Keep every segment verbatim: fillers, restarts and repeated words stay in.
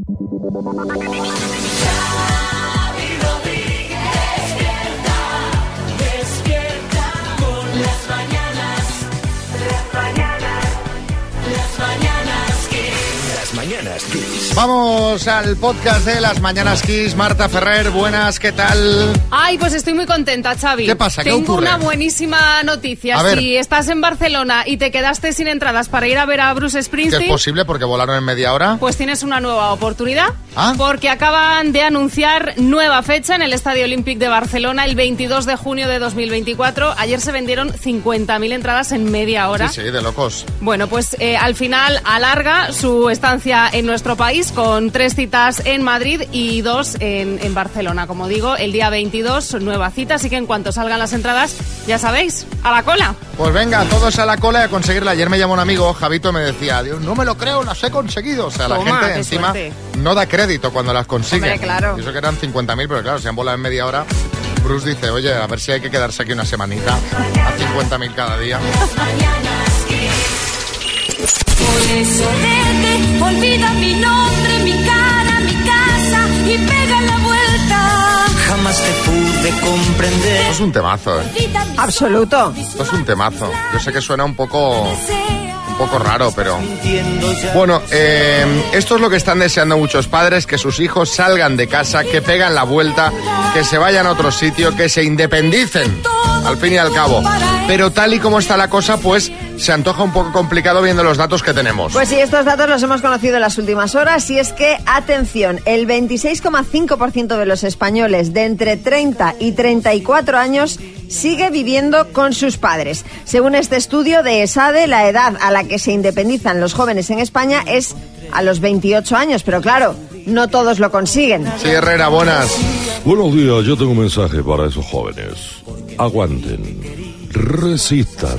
Vamos al podcast de Las Mañanas Kiss. Marta Ferrer, buenas, ¿qué tal? Ay, pues estoy muy contenta, Xavi. ¿Qué pasa? ¿Qué Tengo ocurre? una buenísima noticia. Si estás en Barcelona y te quedaste sin entradas para ir a ver a Bruce Springsteen... ¿Qué es posible porque volaron en media hora? Pues tienes una nueva oportunidad. ¿Ah? Porque acaban de anunciar nueva fecha en el Estadio Olímpic de Barcelona, el veintidós de junio de dos mil veinticuatro. Ayer se vendieron cincuenta mil entradas en media hora. Sí, sí, de locos. Bueno, pues eh, al final alarga su estancia en nuestro país con tres citas en Madrid y dos en, en Barcelona. Como digo, el día veintidós, nueva cita, así que en cuanto salgan las entradas, ya sabéis, a la cola. Pues venga, todos a la cola y a conseguirla. Ayer me llamó un amigo, Javito, y me decía, Dios, no me lo creo, las he conseguido. O sea, la Toma, gente encima suerte. no da crédito cuando las consigue. Hombre, claro. Y eso que eran cincuenta mil, pero claro, si han volado en media hora. Bruce dice, oye, a ver si hay que quedarse aquí una semanita a cincuenta mil cada día. Por eso vete, olvida mi nombre, mi cara, mi casa y pega la vuelta. Jamás te pude comprender. Esto es un temazo, ¿eh? Absoluto. Esto es un temazo. Yo sé que suena un poco... un poco raro, pero... Bueno, eh, esto es lo que están deseando muchos padres, que sus hijos salgan de casa, que pegan la vuelta, que se vayan a otro sitio, que se independicen, al fin y al cabo. Pero tal y como está la cosa, pues se antoja un poco complicado viendo los datos que tenemos. Pues sí, estos datos los hemos conocido en las últimas horas y es que, atención, el veintiséis coma cinco por ciento de los españoles de entre treinta y treinta y cuatro años sigue viviendo con sus padres. Según este estudio de ESADE, la edad a la que se independizan los jóvenes en España es a los veintiocho años, pero claro, no todos lo consiguen. Sí, Herrera, buenas. Buenos días, yo tengo un mensaje para esos jóvenes. Aguanten, resistan.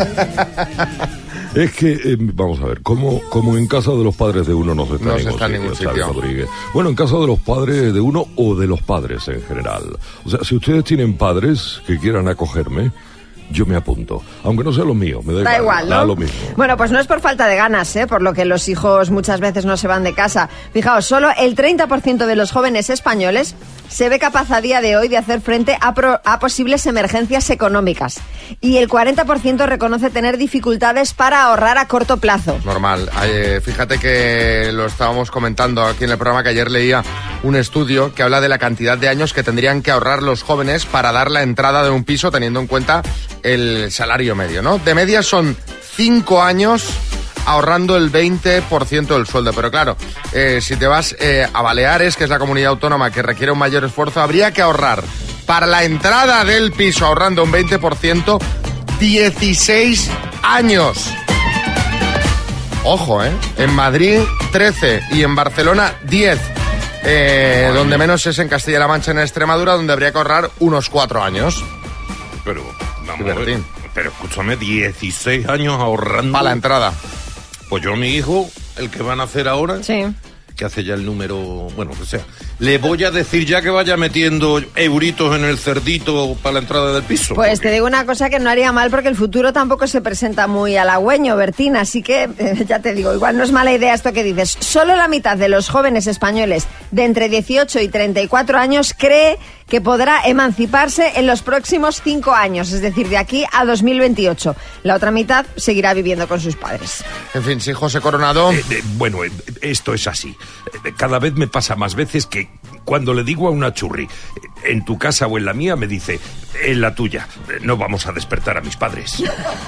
Es que, eh, vamos a ver, como, como en casa de los padres de uno no se está, No en se está en ningún ningún sitio, sitio. Rodríguez. Bueno, en casa de los padres de uno o de los padres en general. O sea, si ustedes tienen padres que quieran acogerme, yo me apunto. Aunque no sea lo mío, me da, Da igual, ¿no? Da lo mismo. Bueno, pues no es por falta de ganas, ¿eh? Por lo que los hijos muchas veces no se van de casa. Fijaos, solo el treinta por ciento de los jóvenes españoles se ve capaz a día de hoy de hacer frente a, pro, a posibles emergencias económicas. Y el cuarenta por ciento reconoce tener dificultades para ahorrar a corto plazo. Normal. Eh, fíjate que lo estábamos comentando aquí en el programa, que ayer leía un estudio que habla de la cantidad de años que tendrían que ahorrar los jóvenes para dar la entrada de un piso, teniendo en cuenta el salario medio, ¿no? De media son cinco años ahorrando el veinte por ciento del sueldo. Pero claro, eh, si te vas eh, a Baleares, que es la comunidad autónoma que requiere un mayor esfuerzo, habría que ahorrar para la entrada del piso, ahorrando un veinte por ciento, dieciséis años. Ojo, ¿eh? En Madrid, trece, y en Barcelona, diez. Eh, donde menos es en Castilla-La Mancha, en Extremadura, donde habría que ahorrar unos cuatro años. Pero, vamos Sí, a ver, pero escúchame, dieciséis años ahorrando... Para la entrada. Pues yo a mi hijo, el que van a hacer ahora... Sí. Que hace ya el número, bueno, que sea. Le voy a decir ya que vaya metiendo euritos en el cerdito para la entrada del piso. Pues porque... te digo una cosa que no haría mal porque el futuro tampoco se presenta muy halagüeño, Bertín, así que eh, ya te digo, igual no es mala idea esto que dices. Solo la mitad de los jóvenes españoles de entre dieciocho y treinta y cuatro años cree que podrá emanciparse en los próximos cinco años, es decir, de aquí a dos mil veintiocho. La otra mitad seguirá viviendo con sus padres. En fin, sí, José Coronado. Eh, eh, bueno, eh, esto es así. Eh, cada vez me pasa más veces que cuando le digo a una churri, eh, en tu casa o en la mía, me dice, en la tuya, eh, no vamos a despertar a mis padres.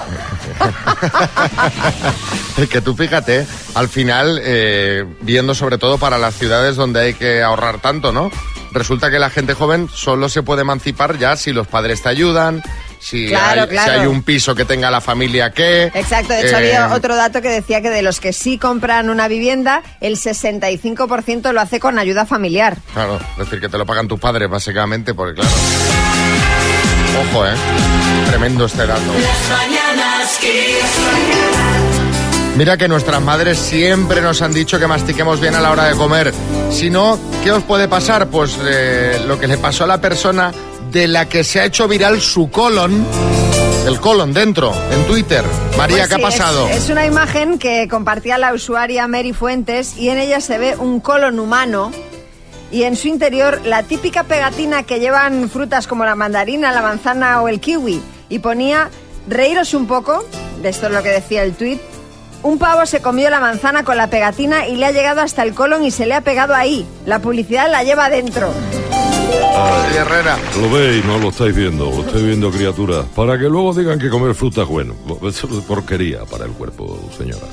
Es que tú fíjate, al final, eh, viendo sobre todo para las ciudades donde hay que ahorrar tanto, ¿no? Resulta que la gente joven solo se puede emancipar ya si los padres te ayudan, si, Claro, hay, claro. si hay un piso que tenga la familia que... Exacto, de hecho eh, había otro dato que decía que de los que sí compran una vivienda, el sesenta y cinco por ciento lo hace con ayuda familiar. Claro, es decir, que te lo pagan tus padres, básicamente, porque claro... Ojo, ¿eh? Tremendo este dato. Mira que nuestras madres siempre nos han dicho que mastiquemos bien a la hora de comer. Si no, ¿qué os puede pasar? Pues eh, lo que le pasó a la persona de la que se ha hecho viral su colon El colon dentro, en Twitter. María, Pues ¿qué sí, ha pasado? Es, es una imagen que compartía la usuaria Mary Fuentes y en ella se ve un colon humano y en su interior la típica pegatina que llevan frutas como la mandarina, la manzana o el kiwi. Y ponía, reíros un poco, de esto es lo que decía el tuit, un pavo se comió la manzana con la pegatina y le ha llegado hasta el colon y se le ha pegado ahí. La publicidad la lleva dentro. Ay, Herrera. Lo veis, no lo estáis viendo, lo estáis viendo, criatura. Para que luego digan que comer fruta es bueno. Eso es porquería para el cuerpo, señora.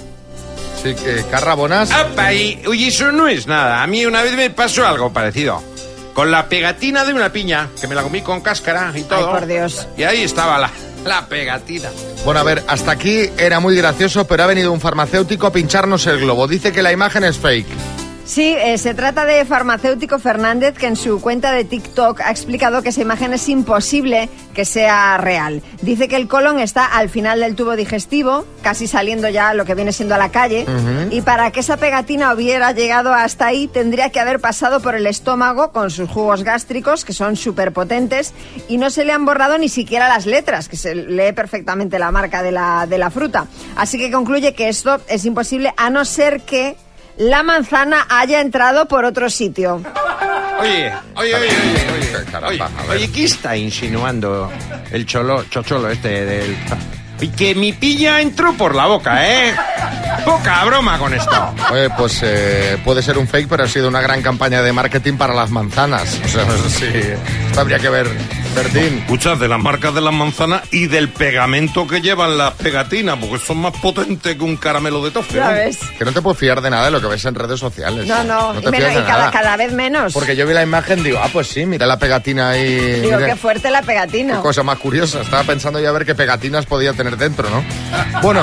Sí, que Carrabonas. ¡Apa! Y, oye, eso no es nada. A mí una vez me pasó algo parecido. Con la pegatina de una piña, que me la comí con cáscara y todo. Ay, por Dios. Y ahí estaba la, la pegatina. Bueno, a ver, hasta aquí era muy gracioso, pero ha venido un farmacéutico a pincharnos el globo. Dice que la imagen es fake. Sí, eh, se trata de Farmacéutico Fernández, que en su cuenta de TikTok ha explicado que esa imagen es imposible que sea real. Dice que el colon está al final del tubo digestivo, casi saliendo ya a lo que viene siendo a la calle, uh-huh. y para que esa pegatina hubiera llegado hasta ahí, tendría que haber pasado por el estómago con sus jugos gástricos, que son súper potentes, y no se le han borrado ni siquiera las letras, que se lee perfectamente la marca de la, de la fruta. Así que concluye que esto es imposible, a no ser que la manzana haya entrado por otro sitio. Oye, oye, oye, oye, oye, Caramba, oye, oye, ¿qué está insinuando el cholo, chocholo este del... Y que mi piña entró por la boca, ¿eh? Poca broma con esto. Oye, pues eh, puede ser un fake, pero ha sido una gran campaña de marketing para las manzanas. O sea, sí, esto habría que ver, Bertín. Escucha, de las marcas de las manzanas y del pegamento que llevan las pegatinas, porque son más potentes que un caramelo de tofe. ¿Ya ves? Que no te puedes fiar de nada de lo que ves en redes sociales. No, no, no y, te menos, fías de y cada, nada. cada vez menos. Porque yo vi la imagen y digo, ah, pues sí, mira la pegatina ahí. Digo, mira, qué fuerte la pegatina. qué cosa más curiosa. Estaba pensando ya a ver qué pegatinas podía tener dentro, ¿no? Bueno,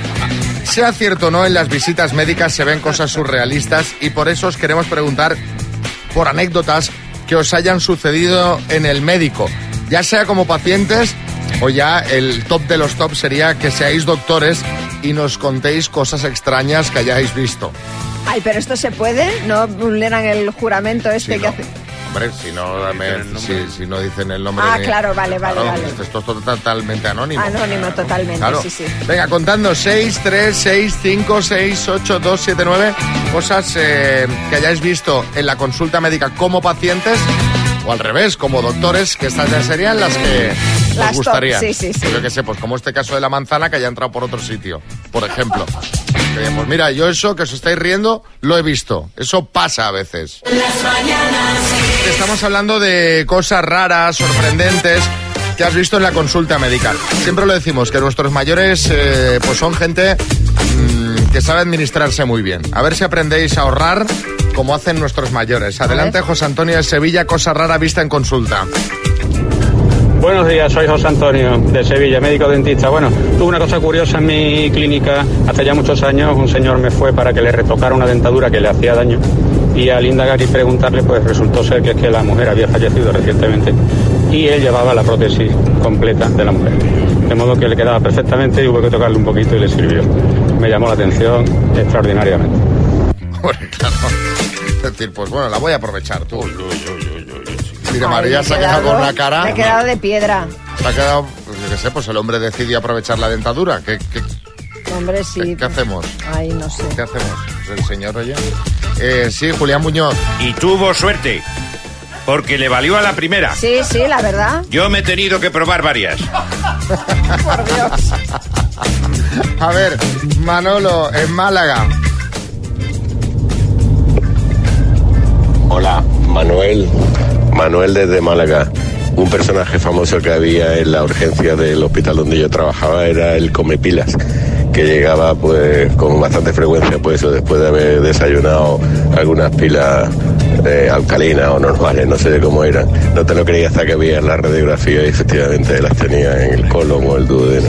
sea cierto o no, en las visitas médicas se ven cosas surrealistas y por eso os queremos preguntar por anécdotas que os hayan sucedido en el médico, ya sea como pacientes o ya el top de los tops sería que seáis doctores y nos contéis cosas extrañas que hayáis visto. Ay, pero esto se puede, no vulneran el juramento este Sí, que no. hace. Hombre, si no, me, si, si no dicen el nombre. Ah, ni- claro, vale, vale, Claro, vale. Esto, esto es totalmente anónimo. Anónimo totalmente, Claro. sí, sí. Venga, contando seis, tres, seis, cinco, seis, ocho, dos, siete, nueve cosas eh, que hayáis visto en la consulta médica como pacientes o al revés, como doctores, que estas ya serían las que Las os gustaría. top, sí, sí, sí. Pues yo qué sé, pues como este caso de la manzana que haya entrado por otro sitio, por ejemplo. Que digamos, mira, yo eso que os estáis riendo lo he visto. Eso pasa a veces. Estamos hablando de cosas raras, sorprendentes que has visto en la consulta médica. Siempre lo decimos, que nuestros mayores eh, pues son gente mmm, que sabe administrarse muy bien. A ver si aprendéis a ahorrar como hacen nuestros mayores. Adelante, José Antonio de Sevilla, cosa rara vista en consulta. Buenos días, soy José Antonio de Sevilla, médico dentista. Bueno, tuve una cosa curiosa en mi clínica. Hace ya muchos años un señor me fue para que le retocara una dentadura que le hacía daño. Y al indagar y preguntarle, pues resultó ser que es que la mujer había fallecido recientemente y él llevaba la prótesis completa de la mujer. De modo que le quedaba perfectamente y hubo que tocarle un poquito y le sirvió. Me llamó la atención extraordinariamente. Bueno, claro. Es decir, pues bueno, la voy a aprovechar tú. Mira, Ay, María me se ha he quedado quedado- con una cara. Me he quedado de piedra. Se ha quedado, pues, yo qué sé, pues el hombre decidió aprovechar la dentadura. ¿Qué, qué, Hombre, sí. qué, qué hacemos? Ay, no sé. ¿Qué hacemos? El señor, oye. Eh, sí, Julián Muñoz. Y tuvo suerte, porque le valió a la primera. Sí, sí, la verdad. Yo me he tenido que probar varias. Por Dios. A ver, Manolo, en Málaga. Hola, Manuel. Manuel desde Málaga. Un personaje famoso que había en la urgencia del hospital donde yo trabajaba era el Comepilas, que llegaba pues con bastante frecuencia, pues eso, después de haber desayunado algunas pilas eh, alcalinas o normales, no sé cómo eran. No te lo creía hasta que veías la radiografía y efectivamente las tenía en el colon o el duodeno.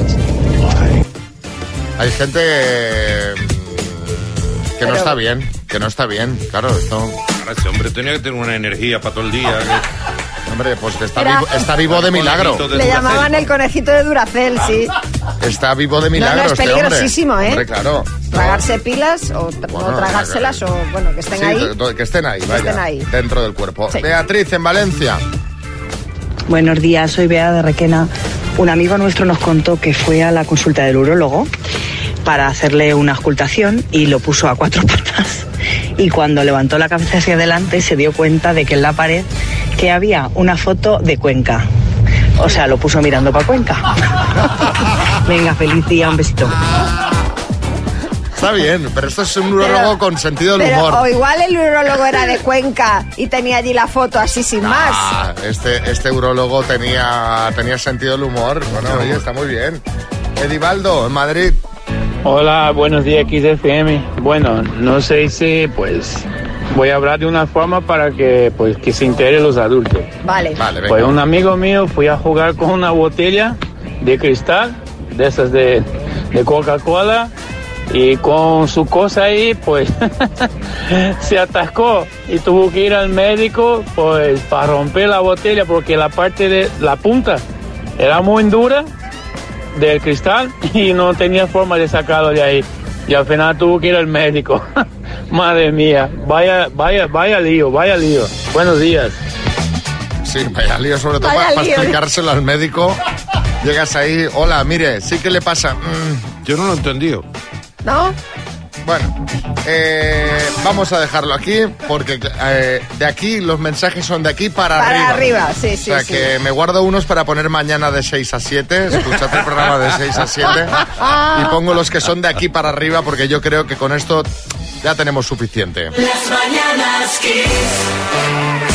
Hay gente eh, que no Pero- está bien, que no está bien. Claro, esto... Ahora ese hombre tenía que tener una energía para todo el día. Hombre, pues que está, Era- vivo, está vivo de milagro. Conejito de Le Duracell. llamaban el conejito de Duracell, sí. Está vivo de No, milagro no, es este hombre. peligrosísimo, ¿eh? Hombre, claro. Tragarse pilas o tra- Bueno, no tragárselas o, bueno, que estén Sí, ahí. do- do- que estén ahí, vaya. estén ahí. Dentro del cuerpo. Sí. Beatriz, en Valencia. Buenos días, soy Bea de Requena. Un amigo nuestro nos contó que fue a la consulta del urólogo para hacerle una auscultación y lo puso a cuatro patas. Y cuando levantó la cabeza hacia adelante se dio cuenta de que en la pared que había una foto de Cuenca. O sea, lo puso mirando para Cuenca. Venga, feliz día, un besito. Está bien, pero esto es un urólogo Pero- con sentido del Pero, humor. o igual el urólogo era de Cuenca y tenía allí la foto así sin más. Ah, este, este urólogo tenía, tenía sentido del humor. Bueno, oye, está muy bien. Edivaldo, en Madrid. Hola, buenos días, X F M. Bueno, no sé si, pues, voy a hablar de una forma para que, pues, que se enteren los adultos. Vale. Vale, venga. Pues un amigo mío fui a jugar con una botella de cristal, de esas de, de Coca-Cola, y con su cosa ahí, pues, se atascó y tuvo que ir al médico, pues, para romper la botella, porque la parte de la punta era muy dura del cristal y no tenía forma de sacarlo de ahí. Y al final tuvo que ir al médico. Madre mía, vaya, vaya, vaya lío, vaya lío. Buenos días. Sí, vaya lío, sobre todo Vaya para, para lío. explicárselo al médico. Llegas ahí, hola, mire, sí que le pasa. Mm, Yo no lo he entendido. ¿No? bueno, eh, vamos a dejarlo aquí porque eh, de aquí los mensajes son de aquí para, Para arriba. arriba, sí, sí, O sea sí. que me guardo unos para poner mañana de seis a siete. Escuchad el programa de seis a siete. Y pongo los que son de aquí para arriba porque yo creo que con esto ya tenemos suficiente. Las mañanas Kiss.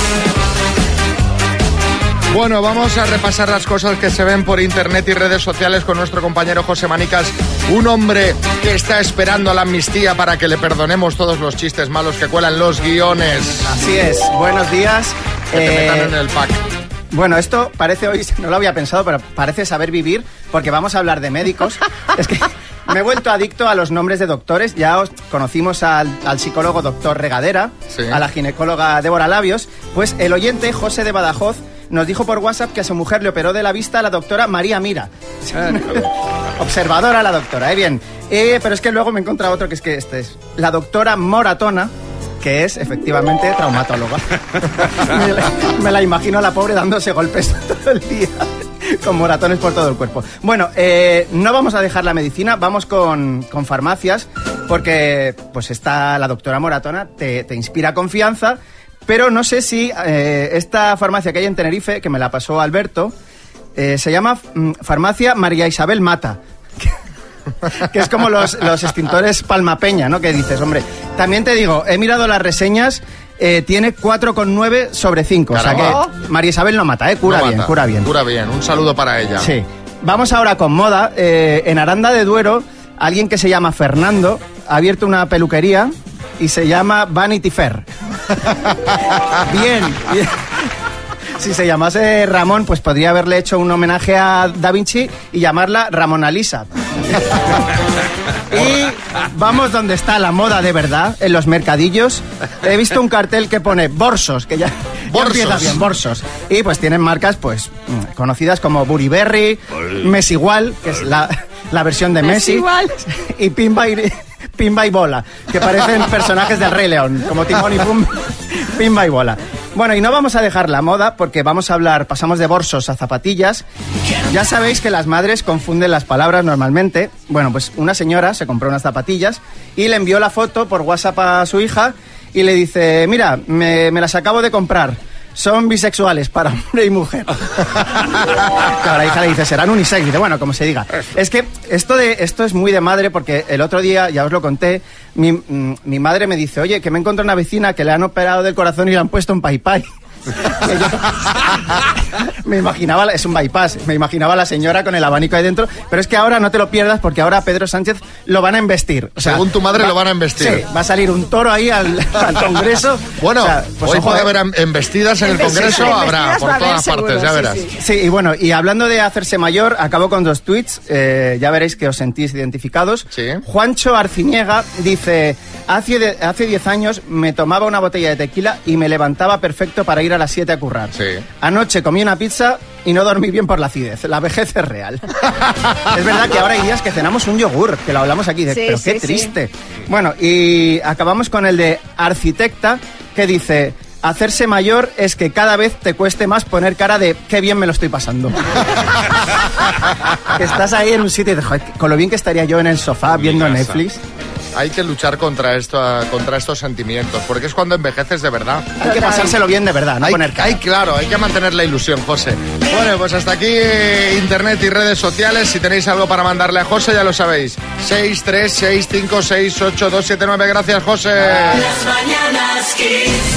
Bueno, vamos a repasar las cosas que se ven por internet y redes sociales con nuestro compañero José Manicas, un hombre que está esperando la amnistía para que le perdonemos todos los chistes malos que cuelan los guiones. Así es, buenos días. Que te Eh, metan en el pack. Bueno, esto parece hoy, no lo había pensado, pero parece saber vivir, porque vamos a hablar de médicos. Es que me he vuelto adicto a los nombres de doctores. Ya os conocimos al, al psicólogo doctor Regadera, Sí. a la ginecóloga Débora Labios. Pues el oyente José de Badajoz nos dijo por WhatsApp que a su mujer le operó de la vista a la doctora María Mira. Observadora la doctora, ¿eh? Bien. Eh, pero es que luego me he encontrado otro que es que este es la doctora Moratona, que es efectivamente traumatóloga. me, la, me la imagino a la pobre dándose golpes todo el día, con moratones por todo el cuerpo. Bueno, eh, no vamos a dejar la medicina, vamos con, con farmacias, porque pues está la doctora Moratona, te, te inspira confianza, pero no sé si eh, esta farmacia que hay en Tenerife, que me la pasó Alberto, eh, se llama mm, Farmacia María Isabel Mata. Que es como los, los extintores Palma Peña, ¿no? Que dices, hombre, también te digo, he mirado las reseñas, eh, tiene cuatro coma nueve sobre cinco. Caramba. O sea que María Isabel no mata, ¿eh? Cura No bien, mata. cura bien. Cura bien, un saludo para ella. Sí. Vamos ahora con moda. Eh, en Aranda de Duero, alguien que se llama Fernando ha abierto una peluquería y se llama Vanity Fair. Bien, bien. Si se llamase Ramón, pues podría haberle hecho un homenaje a Da Vinci y llamarla Ramona Lisa. Y vamos donde está la moda de verdad, en los mercadillos. He visto un cartel que pone Borsos, que ya, ya Borsos. empieza bien, Borsos. Y pues tienen marcas pues mm, conocidas como Burberry, Messi Igual, que es la, la versión de Messi, Igual. y Pimba y, Pimba y Bola, que parecen personajes del Rey León, como Timón y Pum, Pimba y Bola. Bueno, y no vamos a dejar la moda porque vamos a hablar, pasamos de borsos a zapatillas. Ya sabéis que las madres confunden las palabras normalmente. Bueno, pues una señora se compró unas zapatillas y le envió la foto por WhatsApp a su hija y le dice, mira, me, me las acabo de comprar. Son bisexuales para hombre y mujer. Claro, la hija le dice, serán unisex. Dice, bueno, como se diga. Es que esto de esto es muy de madre porque el otro día, ya os lo conté, mi, mm, mi madre me dice, oye, que me encontré una vecina que le han operado del corazón y le han puesto un pai pai. Que yo me imaginaba, es un bypass, me imaginaba a la señora con el abanico ahí dentro, pero es que ahora no te lo pierdas porque ahora a Pedro Sánchez lo van a embestir. O sea, según tu madre va, lo van a embestir. Sí, va a salir un toro ahí al, al Congreso. Bueno, o sea, pues hoy ojo, puede eh. haber em- embestidas en el Embestidas, Congreso, habrá embestidas por va a haber todas seguro, partes, ya sí, verás. sí. Sí, y bueno, y hablando de hacerse mayor, acabo con dos tweets, eh, ya veréis que os sentís identificados. Sí. Juancho Arciniega dice, hace de- hace diez años me tomaba una botella de tequila y me levantaba perfecto para ir a las siete a currar. Sí. Anoche comí una pizza y no dormí bien por la acidez. La vejez es real. Es verdad que ahora hay días que cenamos un yogur, que lo hablamos aquí, de, Sí, pero sí, qué sí. triste. Bueno, y acabamos con el de Arquitecta, que dice, Hacerse mayor es que cada vez te cueste más poner cara de qué bien me lo estoy pasando. Que estás ahí en un sitio y dices, joder, con lo bien que estaría yo en el sofá viendo Netflix. Hay que luchar contra esto, contra estos sentimientos, porque es cuando envejeces de verdad. Hay que pasárselo bien de verdad, no hay, poner cara. Hay, claro, hay que mantener la ilusión, José. Bueno, pues hasta aquí eh, internet y redes sociales. Si tenéis algo para mandarle a José, ya lo sabéis. seis tres seis cinco seis ocho dos siete nueve. Gracias, José. Las mañanas Kiss.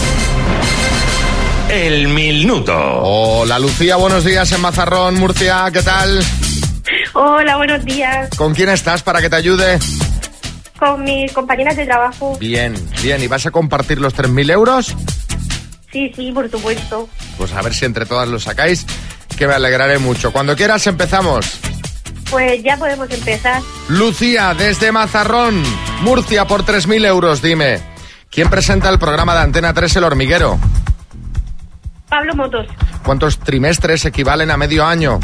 El minuto. Hola, Lucía, buenos días en Mazarrón, Murcia. ¿Qué tal? Hola, buenos días. ¿Con quién estás para que te ayude? Con mis compañeras de trabajo. Bien, bien. ¿Y vas a compartir los tres mil euros? Sí, sí, por supuesto. Pues a ver si entre todas lo sacáis, que me alegraré mucho. Cuando quieras empezamos. Pues ya podemos empezar. Lucía, desde Mazarrón, Murcia, por tres mil euros, dime. ¿Quién presenta el programa de Antena tres El Hormiguero? Pablo Motos. ¿Cuántos trimestres equivalen a medio año?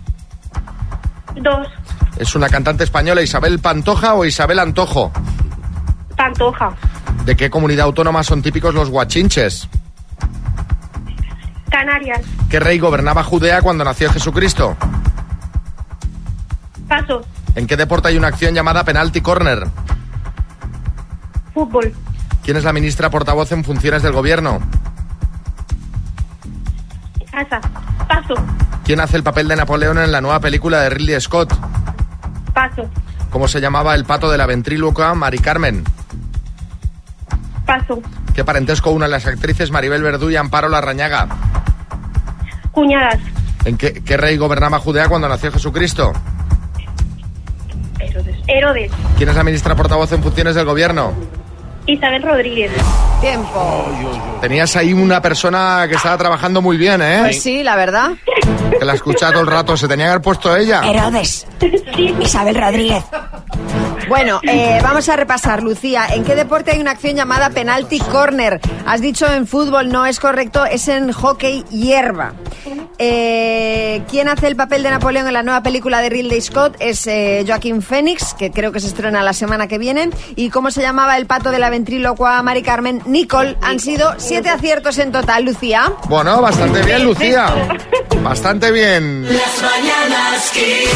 Dos. ¿Es una cantante española Isabel Pantoja o Isabel Antojo? Pantoja. ¿De qué comunidad autónoma son típicos los guachinches? Canarias. ¿Qué rey gobernaba Judea cuando nació Jesucristo? Paso. ¿En qué deporte hay una acción llamada penalty corner? Fútbol. ¿Quién es la ministra portavoz en funciones del gobierno? Casa. Paso. ¿Quién hace el papel de Napoleón en la nueva película de Ridley Scott? Paso. ¿Cómo se llamaba el pato de la ventríloca Mari Carmen? Paso. ¿Qué parentesco une a las actrices Maribel Verdú y Amparo Larrañaga? Cuñadas. ¿En qué, qué rey gobernaba Judea cuando nació Jesucristo? Herodes. Herodes. ¿Quién es la ministra portavoz en funciones del gobierno? Isabel Rodríguez. Tiempo. Tenías ahí una persona que estaba trabajando muy bien, ¿eh? Pues sí, la verdad. Que la escuchaba todo el rato. Se tenía que haber puesto ella. Herodes. Sí. Isabel Rodríguez. Bueno, eh, vamos a repasar, Lucía. ¿En qué deporte hay una acción llamada penalty corner? Has dicho en fútbol, no es correcto, es en hockey hierba. Eh, ¿Quién hace el papel de Napoleón en la nueva película de Ridley Scott? Es eh, Joaquín Phoenix, que creo que se estrena la semana que viene. ¿Y cómo se llamaba el pato de la ventrílocua Mari Carmen? Nicole. Han sido siete aciertos en total, Lucía. Bueno, bastante bien, Lucía. Bastante bien. Las mañanas Kiss.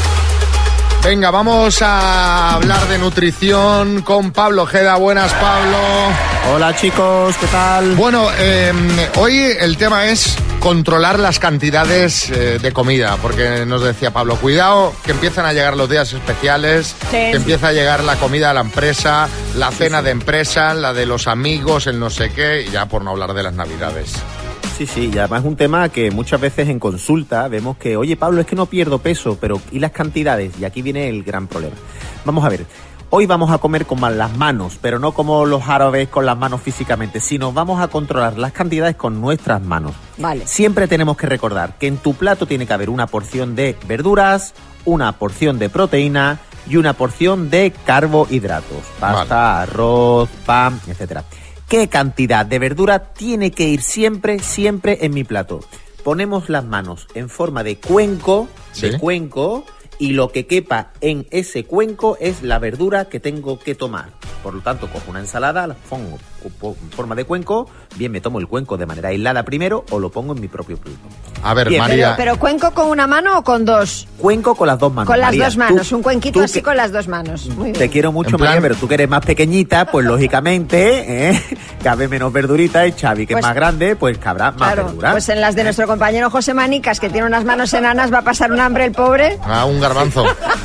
Venga, vamos a hablar de nutrición con Pablo Ojeda. Buenas, Pablo. Hola, chicos, ¿qué tal? Bueno, eh, hoy el tema es controlar las cantidades eh, de comida, porque nos decía Pablo, cuidado, que empiezan a llegar los días especiales, Sí. que empieza a llegar la comida a la empresa, la cena de empresa, la de los amigos, el no sé qué, y ya por no hablar de las navidades. Sí, sí, y además es un tema que muchas veces en consulta vemos que, oye, Pablo, es que no pierdo peso, pero ¿y las cantidades? Y aquí viene el gran problema. Vamos a ver, hoy vamos a comer con las manos, pero no como los árabes con las manos físicamente, sino vamos a controlar las cantidades con nuestras manos. Vale. Siempre tenemos que recordar que en tu plato tiene que haber una porción de verduras, una porción de proteína y una porción de carbohidratos, pasta, vale. arroz, pan, etcétera. ¿Qué cantidad de verdura tiene que ir siempre, siempre en mi plato? Ponemos las manos en forma de cuenco, ¿Sí? de cuenco, y lo que quepa en ese cuenco es la verdura que tengo que tomar. Por lo tanto, cojo una ensalada, la pongo en forma de cuenco, bien me tomo el cuenco de manera aislada primero o lo pongo en mi propio plato. A ver, bien, María... Pero, pero ¿cuenco con una mano o con dos? Cuenco con las dos manos, Con las María. dos manos, Tú, un cuenquito así que... con las dos manos. Muy Te bien. quiero mucho, plan... María, pero tú que eres más pequeñita, pues lógicamente, ¿eh? cabe menos verdurita, y Xavi, que Pues, es más grande, pues cabrá más Claro, verdura. pues en las de nuestro compañero José Manicas, que tiene unas manos enanas, va a pasar un hambre el pobre. Ah, un garbanzo.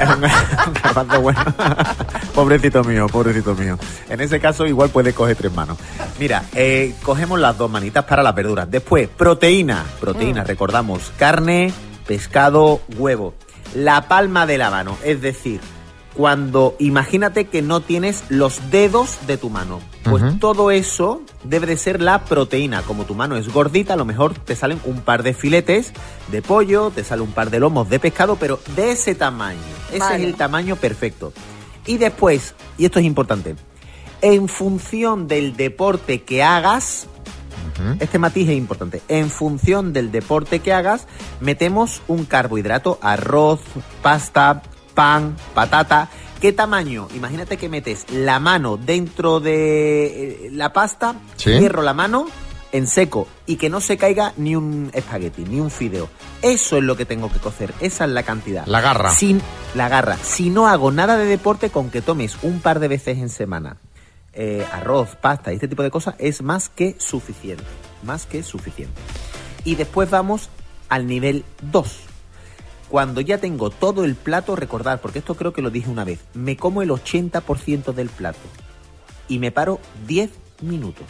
Un garbanzo bueno. Pobrecito mío, pobrecito mío. En ese caso igual puede coger tres manos. Mira, eh, cogemos las dos manitas para las verduras. Después, proteína. Proteína, mm. recordamos, carne, pescado, huevo. La palma de la mano, es decir, cuando imagínate que no tienes los dedos de tu mano, pues uh-huh. todo eso debe de ser la proteína. Como tu mano es gordita, a lo mejor te salen un par de filetes de pollo, te sale un par de lomos de pescado, pero de ese tamaño. Ese vale. es el tamaño perfecto. Y después, y esto es importante, en función del deporte que hagas, uh-huh. este matiz es importante, en función del deporte que hagas, metemos un carbohidrato, arroz, pasta, pan, patata. ¿Qué tamaño? Imagínate que metes la mano dentro de la pasta, ¿Sí? cierro la mano, en seco, y que no se caiga ni un espagueti, ni un fideo. Eso es lo que tengo que cocer, esa es la cantidad. La garra. Sin la garra. Si no hago nada de deporte, con que tomes un par de veces en semana eh, arroz, pasta y este tipo de cosas, es más que suficiente. Más que suficiente. Y después vamos al nivel dos. Cuando ya tengo todo el plato, recordar, porque esto creo que lo dije una vez, me como el ochenta por ciento del plato y me paro diez minutos.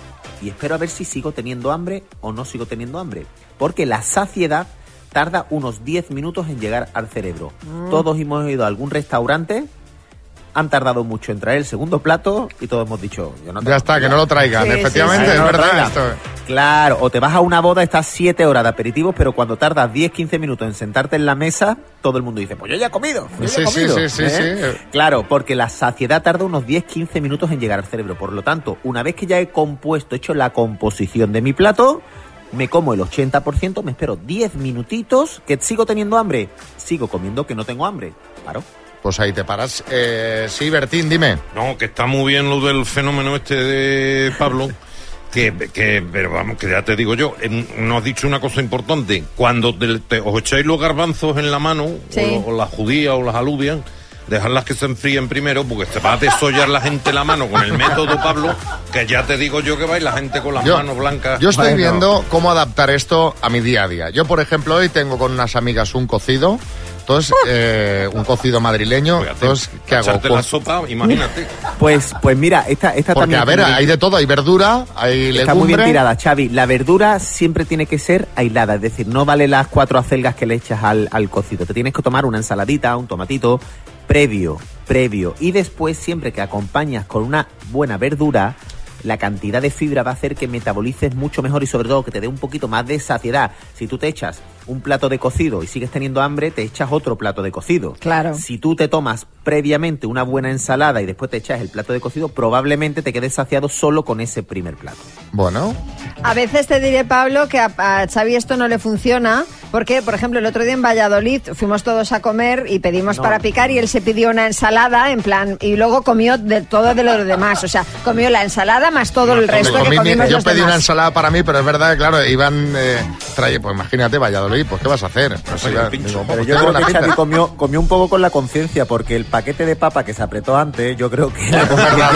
Y espero a ver si sigo teniendo hambre o no sigo teniendo hambre. Porque la saciedad tarda unos diez minutos en llegar al cerebro. Mm. Todos hemos ido a algún restaurante, han tardado mucho en traer el segundo plato y todos hemos dicho... Yo no ya está, que no lo traigan. Sí, efectivamente, sí, sí, es no verdad esto. Claro, o te vas a una boda, estás siete horas de aperitivos, pero cuando tardas diez, quince minutos en sentarte en la mesa, todo el mundo dice, pues yo ya he comido, yo sí, ya he comido. Sí, sí, ¿eh? sí, sí. Claro, porque la saciedad tarda unos diez, quince minutos en llegar al cerebro. Por lo tanto, una vez que ya he compuesto, hecho la composición de mi plato, me como el ochenta por ciento, me espero diez minutitos, que sigo teniendo hambre, sigo comiendo que no tengo hambre. Claro. Pues ahí te paras. Eh, sí, Bertín, dime. No, que está muy bien lo del fenómeno este de Pablo, que, que pero vamos, que ya te digo yo, eh, nos has dicho una cosa importante. Cuando te, te, os echáis los garbanzos en la mano, sí. o, o las judías o las alubias, dejarlas que se enfríen primero, porque se va a desollar la gente la mano con el método Pablo, que ya te digo yo que va y la gente con las yo, manos blancas. Yo estoy bueno. viendo cómo adaptar esto a mi día a día. Yo, por ejemplo, hoy tengo con unas amigas un cocido. Entonces, eh, un cocido madrileño. Fíjate, entonces, ¿qué hago? Echarte la sopa, imagínate. Pues, pues mira, esta, esta Porque, también... a ver, bien, hay de todo, hay verdura, hay legumbre... Está muy bien tirada, Xavi. La verdura siempre tiene que ser aislada, es decir, no vale las cuatro acelgas que le echas al, al cocido. Te tienes que tomar una ensaladita, un tomatito, previo, previo. Y después, siempre que acompañas con una buena verdura, la cantidad de fibra va a hacer que metabolices mucho mejor y sobre todo que te dé un poquito más de saciedad. Si tú te echas un plato de cocido y sigues teniendo hambre, te echas otro plato de cocido. Claro. Si tú te tomas previamente una buena ensalada y después te echas el plato de cocido, probablemente te quedes saciado solo con ese primer plato. Bueno. A veces te diré, Pablo, que a, a Xavi esto no le funciona, porque, por ejemplo, el otro día en Valladolid fuimos todos a comer y pedimos no. para picar y él se pidió una ensalada, en plan, y luego comió de todo de lo demás. O sea, comió la ensalada más todo no, el resto que comimos Yo los pedí demás. una ensalada para mí, pero es verdad que, claro, iban... Eh, trae, pues imagínate, Valladolid, pues ¿qué vas a hacer? Pues, iba, digo, pero yo creo que Xavi comió, comió un poco con la conciencia, porque el paquete de papa que se apretó antes, yo creo que la conciencia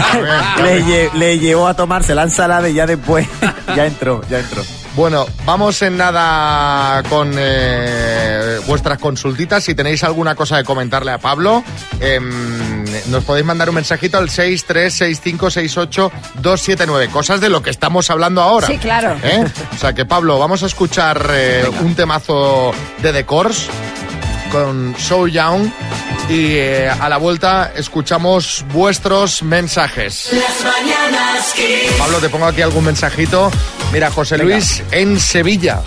le, le, le llevó a tomarse la ensalada y ya después ya entró, ya entró. Bueno, vamos en nada con eh, vuestras consultitas. Si tenéis alguna cosa de comentarle a Pablo, eh, nos podéis mandar un mensajito al seis tres seis cinco seis ocho dos siete nueve. Cosas de lo que estamos hablando ahora. Sí, claro. ¿Eh? O sea que, Pablo, vamos a escuchar eh, un temazo de The Corrs con So Young y eh, a la vuelta escuchamos vuestros mensajes. Las Mañanas Kiss. Pablo, te pongo aquí algún mensajito. Mira, José Venga. Luis en Sevilla.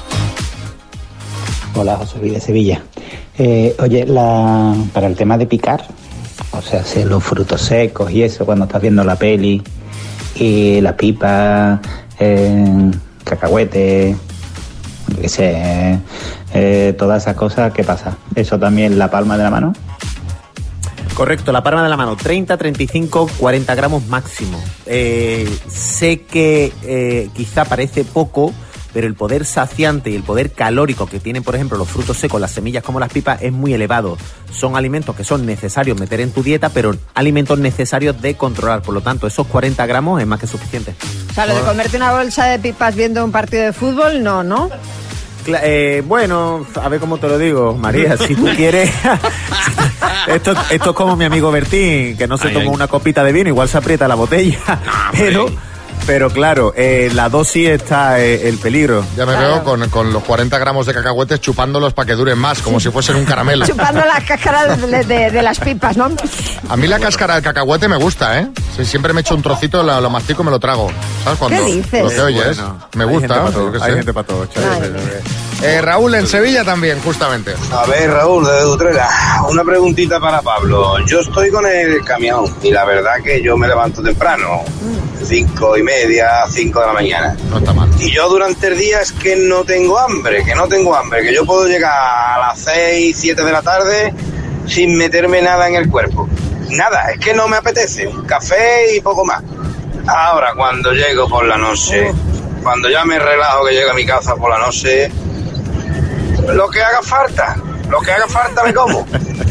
Hola, José Luis de Sevilla. Eh, oye, la, para el tema de picar, o sea, si los frutos secos y eso, cuando estás viendo la peli, y las pipas, eh, cacahuete, yo qué sé, eh, todas esas cosas, ¿qué pasa? ¿Eso también la palma de la mano? Correcto, la palma de la mano, treinta, treinta y cinco, cuarenta gramos máximo. Eh, sé que eh, quizá parece poco, pero el poder saciante y el poder calórico que tienen, por ejemplo, los frutos secos, las semillas como las pipas, es muy elevado. Son alimentos que son necesarios meter en tu dieta, pero alimentos necesarios de controlar. Por lo tanto, esos cuarenta gramos es más que suficiente. O sea, lo de comerte una bolsa de pipas viendo un partido de fútbol, no, ¿no? Eh, bueno, a ver cómo te lo digo, María, si tú quieres... esto, esto es como mi amigo Bertín, que no se ay, tomó ay. una copita de vino, igual se aprieta la botella, no, pero... Pero claro, eh, la dosis está eh, el peligro. Ya me claro. veo con, con los cuarenta gramos de cacahuetes chupándolos para que duren más, como si fuesen un caramelo. Chupando las cáscaras de, de, de las pipas, ¿no? A mí la cáscara del cacahuete me gusta, ¿eh? Sí, siempre me echo un trocito, lo, lo mastico y me lo trago. ¿Sabes? Cuando, ¿Qué dices? Lo que oyes, bueno, me gusta. Hay gente para todo, hay gente para todo, eh, Raúl en Sevilla también, justamente. A ver, Raúl, de Utrera, una preguntita para Pablo. Yo estoy con el camión y la verdad que yo me levanto temprano. Cinco y media, cinco de la mañana. No está mal. Y yo durante el día es que no tengo hambre, que no tengo hambre, que yo puedo llegar a las seis, siete de la tarde sin meterme nada en el cuerpo. Nada, es que no me apetece. Un café y poco más. Ahora, cuando llego por la noche, cuando ya me relajo que llegue a mi casa por la noche, lo que haga falta, lo que haga falta me como.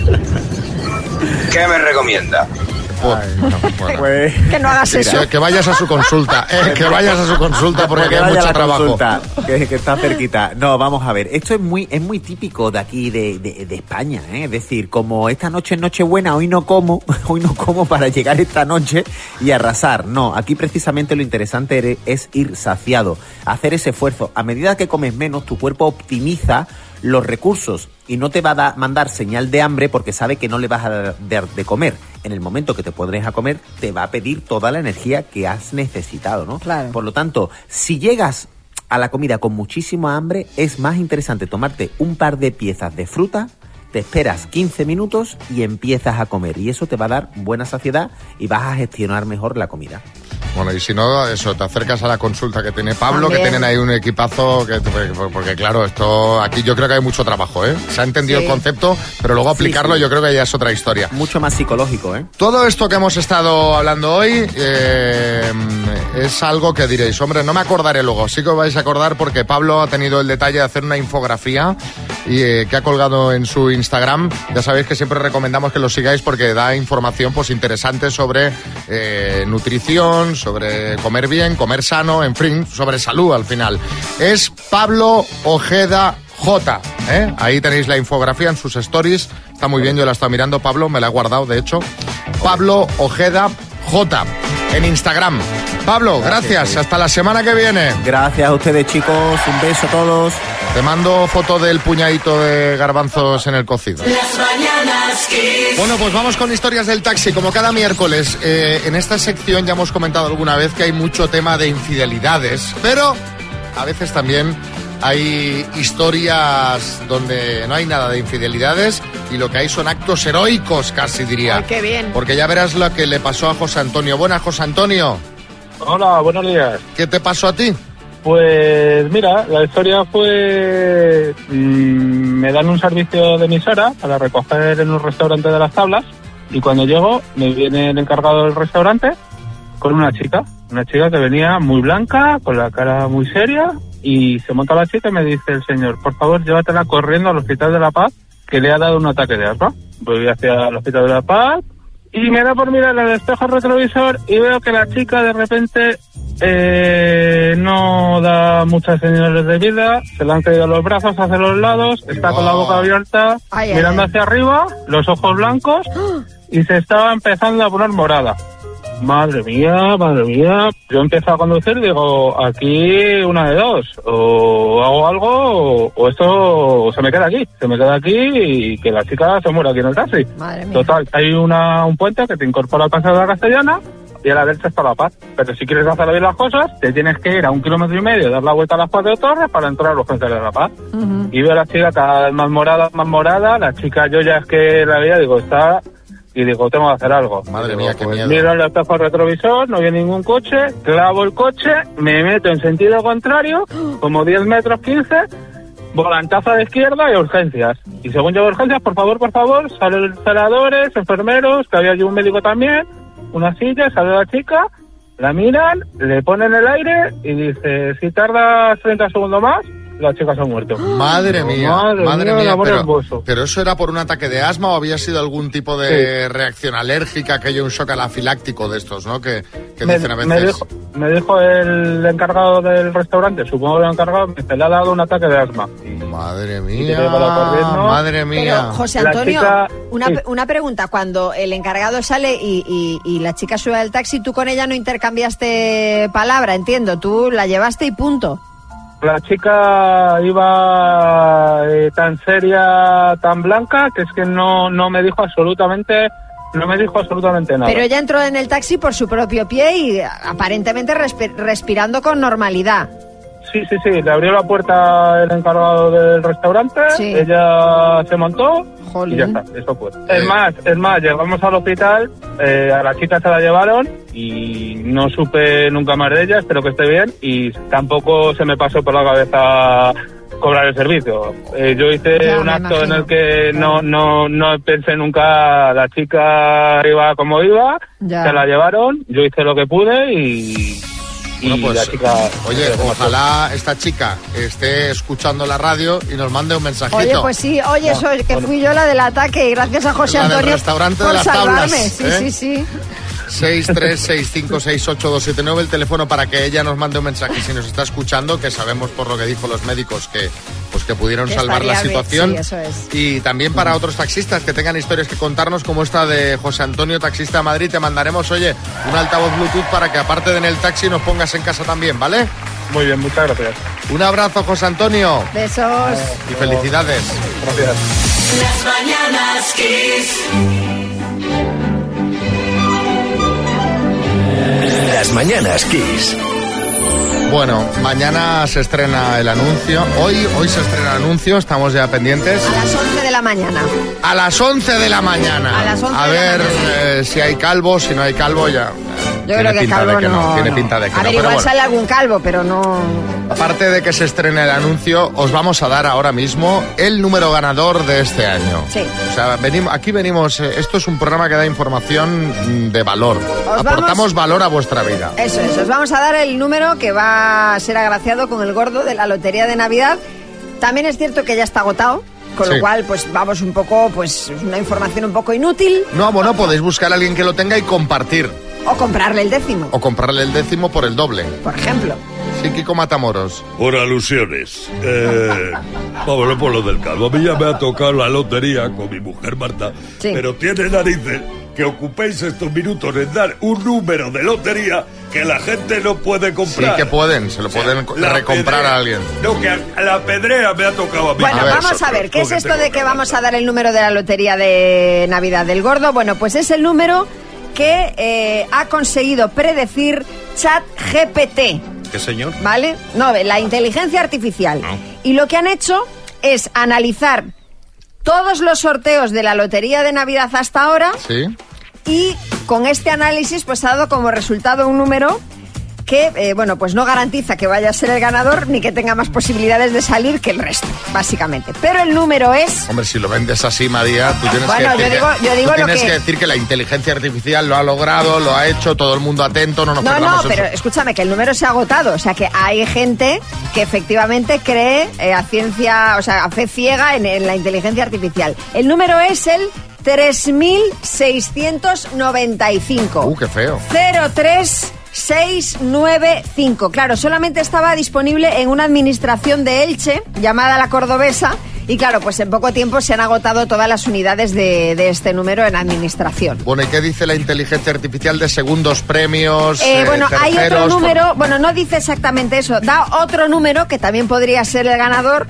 ¿Qué me recomienda? Ay, no, bueno. Pues, que no hagas eso. Que, que vayas a su consulta, eh, que vayas a su consulta porque, porque hay mucho trabajo. Consulta, que, que está cerquita. No, vamos a ver. Esto es muy, es muy típico de aquí, de, de, de España, ¿eh? Es decir, como esta noche es Nochebuena, hoy no como, hoy no como para llegar esta noche y arrasar. No, aquí precisamente lo interesante es ir saciado, hacer ese esfuerzo. A medida que comes menos, tu cuerpo optimiza los recursos y no te va a da, mandar señal de hambre porque sabe que no le vas a dar de, de comer. En el momento que te podres a comer, te va a pedir toda la energía que has necesitado, ¿no? Claro. Por lo tanto, si llegas a la comida con muchísima hambre, es más interesante tomarte un par de piezas de fruta, te esperas quince minutos y empiezas a comer. Y eso te va a dar buena saciedad y vas a gestionar mejor la comida. Bueno, y si no, eso, te acercas a la consulta que tiene Pablo, También. que tienen ahí un equipazo, que porque claro, esto aquí yo creo que hay mucho trabajo, ¿eh? Se ha entendido Sí. el concepto, pero luego aplicarlo sí. yo creo que ya es otra historia. Mucho más psicológico, ¿eh? Todo esto que hemos estado hablando hoy eh, es algo que diréis, hombre, no me acordaré luego. Sí que os vais a acordar porque Pablo ha tenido el detalle de hacer una infografía y eh, que ha colgado en su Instagram. Ya sabéis que siempre recomendamos que lo sigáis porque da información pues interesante sobre eh, nutrición, sobre comer bien, comer sano, en fin, sobre salud al final. Es Pablo Ojeda J, ¿eh? Ahí tenéis la infografía en sus stories. Está muy bien, yo la he estado mirando, Pablo, me la he guardado, de hecho. Pablo Ojeda J en Instagram. Pablo, gracias, gracias. Hasta la semana que viene. Gracias a ustedes, chicos. Un beso a todos. Te mando foto del puñadito de garbanzos en el cocido. Las mañanas Kiss. Bueno, pues vamos con historias del taxi. Como cada miércoles, eh, en esta sección ya hemos comentado alguna vez que hay mucho tema de infidelidades, pero a veces también hay historias donde no hay nada de infidelidades y lo que hay son actos heroicos, casi diría. Ay, qué bien. Porque ya verás lo que le pasó a José Antonio. Buenas, José Antonio. Hola, buenos días. ¿Qué te pasó a ti? Pues mira, la historia fue... Mmm, me dan un servicio de emisora para recoger en un restaurante de Las Tablas y cuando llego me viene el encargado del restaurante con una chica, una chica que venía muy blanca, con la cara muy seria y se monta la chica y me dice el señor, por favor, llévatela corriendo al Hospital de la Paz que le ha dado un ataque de asma. Voy hacia el Hospital de la Paz y me da por mirar el espejo retrovisor y veo que la chica de repente eh, no da muchas señales de vida, se le han caído los brazos hacia los lados, está con la boca abierta, Ay, mirando ay. hacia arriba, los ojos blancos y se estaba empezando a poner morada. Madre mía, madre mía. Yo empiezo a conducir y digo, aquí una de dos. O hago algo o, o esto se me queda aquí. Se me queda aquí y que la chica se muera aquí en el taxi. Madre mía. Total, hay una un puente que te incorpora al paseo de la Castellana y a la derecha está La Paz. Pero si quieres hacer bien las cosas, te tienes que ir a un kilómetro y medio, dar la vuelta a las cuatro torres para entrar a los puentes de La Paz. Ujú. Y veo a la chica cada vez más morada, más morada. La chica, yo ya es que la veía, digo, está... Y digo, tengo que hacer algo. Madre digo, mía, qué pues miedo. miro el espejo retrovisor, no viene ningún coche, clavo el coche, me meto en sentido contrario, como diez metros, quince, volantazo de izquierda y urgencias. Y según llego a urgencias, por favor, por favor, salen celadores, enfermeros, que había allí un médico también, una silla, sale la chica, la miran, le ponen el aire y dice, si tardas treinta segundos más, la chica se ha muerto. Madre mía, Madre, madre mía, mía, el pero, hermoso. pero eso era por un ataque de asma o había sido algún tipo de reacción alérgica, aquello, un shock anafiláctico de estos, ¿no? Que, que me, dicen a veces. me dijo, me dijo el encargado del restaurante, supongo que el encargado, me le ha dado un ataque de asma. Madre Y mía, te lleva la corriendo. madre mía. Pero, José La Antonio, chica- una, sí. una pregunta. Cuando el encargado sale y, y, y la chica sube al taxi, tú con ella no intercambiaste palabra, entiendo. Tú la llevaste y punto. La chica iba eh, tan seria, tan blanca, que es que no, no me dijo absolutamente, no me dijo absolutamente nada. Pero ella entró en el taxi por su propio pie y aparentemente respi- respirando con normalidad. Sí, sí, sí, le abrió la puerta el encargado del restaurante, Sí. ella se montó Jolín. y ya está, eso fue. Es más, es más, llegamos al hospital, eh, a la chica se la llevaron y no supe nunca más de ella, espero que esté bien y tampoco se me pasó por la cabeza cobrar el servicio. Eh, yo hice Ya, un me acto en imagino. el que no, no, no pensé nunca, la chica iba como iba, Ya. se la llevaron, yo hice lo que pude y... y Bueno, pues, la chica... oye, ojalá esta chica esté escuchando la radio y nos mande un mensajito. Oye, pues sí, oye, No, soy, que bueno. fui yo la del ataque y gracias a José La del Antonio restaurante de por las salvarme. tablas, Sí, ¿eh? sí, sí. seis tres seis cinco seis ocho dos siete nueve, el teléfono para que ella nos mande un mensaje si nos está escuchando, que sabemos por lo que dijo los médicos que pues que pudieron Que salvar la estaría bien, situación. sí, eso es. Y también para otros taxistas que tengan historias que contarnos, como esta de José Antonio, taxista de Madrid, te mandaremos, oye, un altavoz Bluetooth para que aparte de en el taxi nos pongas en casa también, ¿vale? Muy bien, muchas gracias. Un abrazo, José Antonio. Besos. Y felicidades. Gracias. Las mañanas Kiss. Las mañanas Kiss. Bueno, mañana se estrena el anuncio. Hoy, hoy se estrena el anuncio, estamos ya pendientes. A las once de la mañana. A las once de la mañana. A las once A de la ver mañana. eh, si hay calvo, si no hay calvo ya. Yo tiene creo que pinta calvo de que no, no, tiene no. pinta de que A no. ver, Pero igual bueno, sale algún calvo, pero no... aparte de que se estrene el anuncio, os vamos a dar ahora mismo el número ganador de este año. Sí. O sea, venimos, aquí venimos, eh, esto es un programa que da información mm, de valor. Os Aportamos vamos- valor a vuestra vida. Eso es, os vamos a dar el número que va a ser agraciado con el gordo de la Lotería de Navidad. También es cierto que ya está agotado, con Sí. lo cual pues vamos un poco, pues una información un poco inútil, No, bueno, podéis buscar a alguien que lo tenga y compartir. o comprarle el décimo, O comprarle el décimo por el doble. por ejemplo. Sí, Kiko Matamoros. Por alusiones. Eh, vámonos por lo del calvo. A mí ya me ha tocado la lotería con mi mujer Marta. Sí. Pero tiene narices que ocupéis estos minutos en dar un número de lotería que la gente no puede Sí comprar. que pueden, se lo pueden co- La recomprar pedrea- a alguien. No, que a, a la pedrea me ha tocado a mí. Bueno, vamos a ver, ¿qué es esto de que vamos a dar el número de la Lotería de Navidad del Gordo? Bueno, pues es el número que eh, ha conseguido predecir ChatGPT. ¿Qué señor? ¿Vale? No, la inteligencia artificial. Y lo que han hecho es analizar todos los sorteos de la Lotería de Navidad hasta ahora Sí. y con este análisis pues ha dado como resultado un número que, eh, bueno, pues no garantiza que vaya a ser el ganador ni que tenga más posibilidades de salir que el resto, básicamente. Pero el número es... Hombre, si lo vendes así, María, tú tienes Bueno, que decir, yo digo- que, yo digo tú lo tienes que- que decir que la inteligencia artificial lo ha logrado, lo ha hecho, todo el mundo atento, no nos No, no, perdamos pero eso. escúchame, que el número se ha agotado. O sea, que hay gente que efectivamente cree eh, a ciencia, o sea, a fe ciega en, en la inteligencia artificial. El número es el tres mil seiscientos noventa y cinco. Uh, qué feo. cero tres seis nueve cinco. Claro, solamente estaba disponible en una administración de Elche llamada La Cordobesa. Y claro, pues en poco tiempo se han agotado todas las unidades de, de este número en administración. Bueno, ¿y qué dice la inteligencia artificial de segundos premios? Eh, eh, bueno, hay otro terceros? número, bueno, no dice exactamente eso, da otro número que también podría ser el ganador,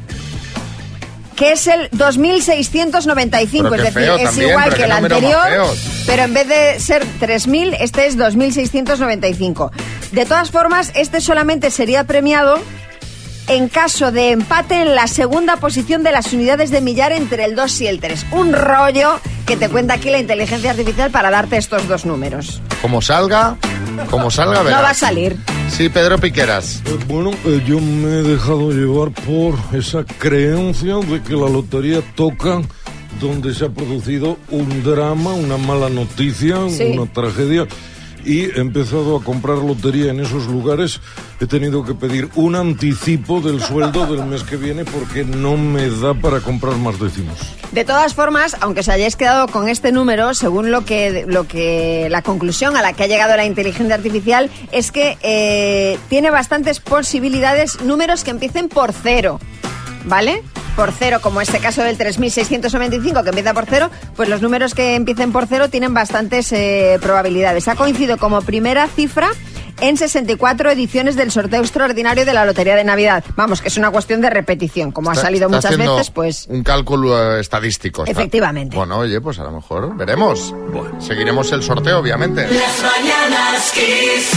que es el dos mil seiscientos noventa y cinco, Pero es qué decir, feo es también, igual pero que qué el números más anterior, feos. pero en vez de ser tres mil, este es dos mil seiscientos noventa y cinco. De todas formas, este solamente sería premiado en caso de empate en la segunda posición de las unidades de millar entre el dos y el tres. Un rollo que te cuenta aquí la inteligencia artificial para darte estos dos números. Como salga, como salga, No verás. va a salir. Sí, Pedro Piqueras. Eh, bueno, eh, yo me he dejado llevar por esa creencia de que la lotería toca donde se ha producido un drama, una mala noticia, Sí. una tragedia. Y he empezado a comprar lotería en esos lugares. He tenido que pedir un anticipo del sueldo del mes que viene porque no me da para comprar más décimos. De todas formas, aunque os hayáis quedado con este número, según lo que, lo que la conclusión a la que ha llegado la inteligencia artificial es que eh, tiene bastantes posibilidades, números que empiecen por cero, ¿vale? Por cero, como este caso del tres mil seiscientos noventa y cinco, que empieza por cero, pues los números que empiecen por cero tienen bastantes eh, probabilidades. Ha coincidido como primera cifra en sesenta y cuatro ediciones del sorteo extraordinario de la Lotería de Navidad. Vamos, que es una cuestión de repetición. Como Está- ha salido está muchas haciendo veces, pues... un cálculo eh, estadístico. está- Efectivamente. Bueno, oye, pues a lo mejor veremos. Bueno, seguiremos el sorteo, obviamente. Las mañanas Kiss.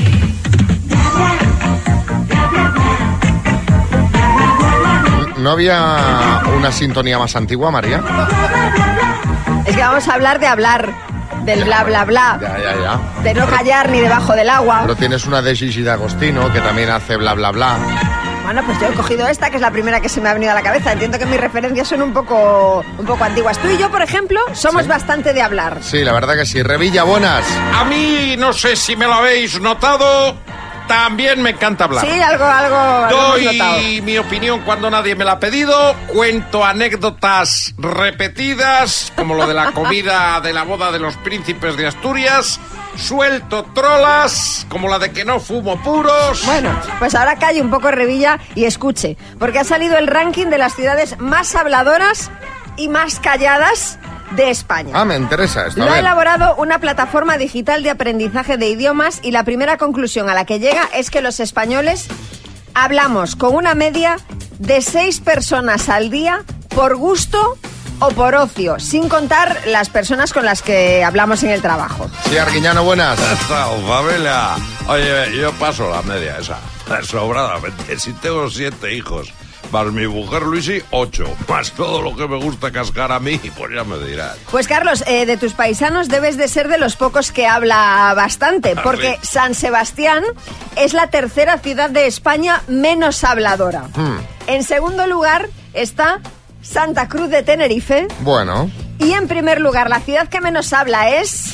¿No había una sintonía más antigua, María? Es que vamos a hablar de hablar, del bla bla bla, Ya, ya, ya. de no callar ni debajo del agua. Pero tienes una de Gigi D'Agostino que también hace bla, bla, bla. Bueno, pues yo he cogido esta, que es la primera que se me ha venido a la cabeza. Entiendo que mis referencias son un poco, un poco antiguas. Tú y yo, por ejemplo, somos bastante de hablar. Sí, la verdad que sí. Revilla, buenas. A mí, no sé si me lo habéis notado, también me encanta hablar. Sí, algo, algo. Doy mi opinión cuando nadie me la ha pedido. Cuento anécdotas repetidas, como lo de la comida de la boda de los príncipes de Asturias. Suelto trolas, como la de que no fumo puros. Bueno, pues ahora calle un poco Revilla y escuche, porque ha salido el ranking de las ciudades más habladoras y más calladas de España. Ah, me interesa esto. Lo ha elaborado una plataforma digital de aprendizaje de idiomas y la primera conclusión a la que llega es que los españoles hablamos con una media de seis personas al día por gusto o por ocio, sin contar las personas con las que hablamos en el trabajo. Sí, Arguiñano, buenas. Familia. Oye, yo paso la media esa, sobradamente. Si tengo siete hijos, más mi mujer Luisi, ocho, más todo lo que me gusta cascar a mí, pues ya me dirás. Pues Carlos, eh, de tus paisanos debes de ser de los pocos que habla bastante, porque San Sebastián es la tercera ciudad de España menos habladora. Hmm. En segundo lugar está Santa Cruz de Tenerife. Bueno. Y en primer lugar, la ciudad que menos habla es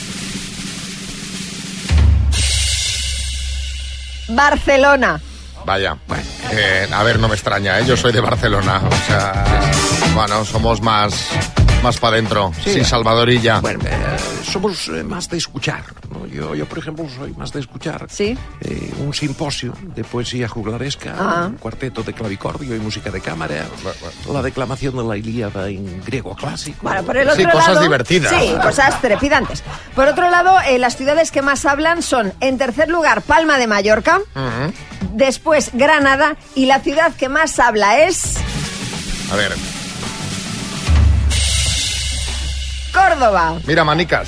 Barcelona. Vaya, bueno, eh, a ver, no me extraña, ¿eh? Yo soy de Barcelona, o sea, bueno, somos más, más para adentro, sí, sí, Salvadorilla. Bueno, eh, somos eh, más de escuchar, ¿no? Yo, yo, por ejemplo, soy más de escuchar. Sí. Eh, un simposio de poesía juglaresca, ah. un cuarteto de clavicordio y música de cámara, la declamación de la Ilíada en griego clásico. Bueno, por el otro sí, lado, cosas divertidas. Sí, cosas trepidantes. Por otro lado, eh, las ciudades que más hablan son, en tercer lugar, Palma de Mallorca, uh-huh. Después Granada, y la ciudad que más habla es... A ver... Córdoba. Mira, manicas.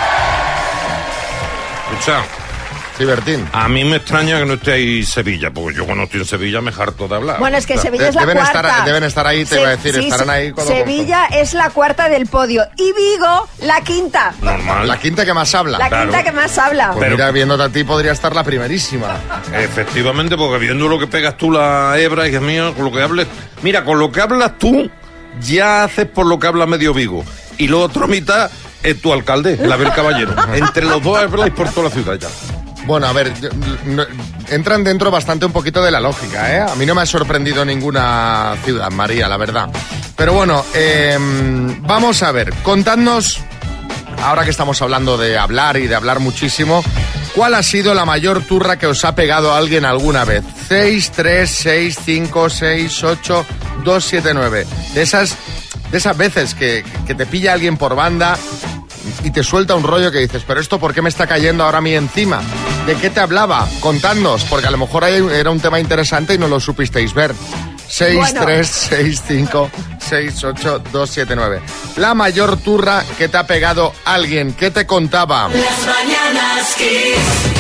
Escucha. Sí, Bertín. A mí me extraña que no esté ahí Sevilla, porque yo cuando estoy en Sevilla me harto de hablar. Bueno, es que o sea, Sevilla de, es la deben cuarta. Estar, deben estar ahí, te Se, iba a decir, sí, estarán ahí. Codo Sevilla con... es la cuarta del podio y Vigo la quinta. Normal. La quinta que más habla. La claro. quinta que más habla. Pues Pero mira, viéndote a ti podría estar la primerísima. Efectivamente, porque viendo lo que pegas tú la hebra, hija mía, con lo que hables... Mira, con lo que hablas tú, ya haces por lo que habla medio Vigo. Y la otra mitad es tu alcalde, el Abel Caballero. Entre los dos habláis por toda la ciudad ya. Bueno, a ver, no, entran dentro bastante un poquito de la lógica, ¿eh? A mí no me ha sorprendido ninguna ciudad, María, la verdad. Pero bueno, eh, vamos a ver, contadnos, ahora que estamos hablando de hablar y de hablar muchísimo, ¿cuál ha sido la mayor turra que os ha pegado a alguien alguna vez? seis, tres, seis, cinco, seis, ocho, dos, siete, nueve. De esas, de esas veces que, que te pilla alguien por banda y te suelta un rollo que dices, pero esto ¿por qué me está cayendo ahora a mí encima? ¿De qué te hablaba? Contadnos, porque a lo mejor era un tema interesante y no lo supisteis ver. seis, tres, seis, cinco, seis, ocho, dos, siete, nueve. La mayor turra que te ha pegado alguien, ¿qué te contaba? Las Mañanas Kiss.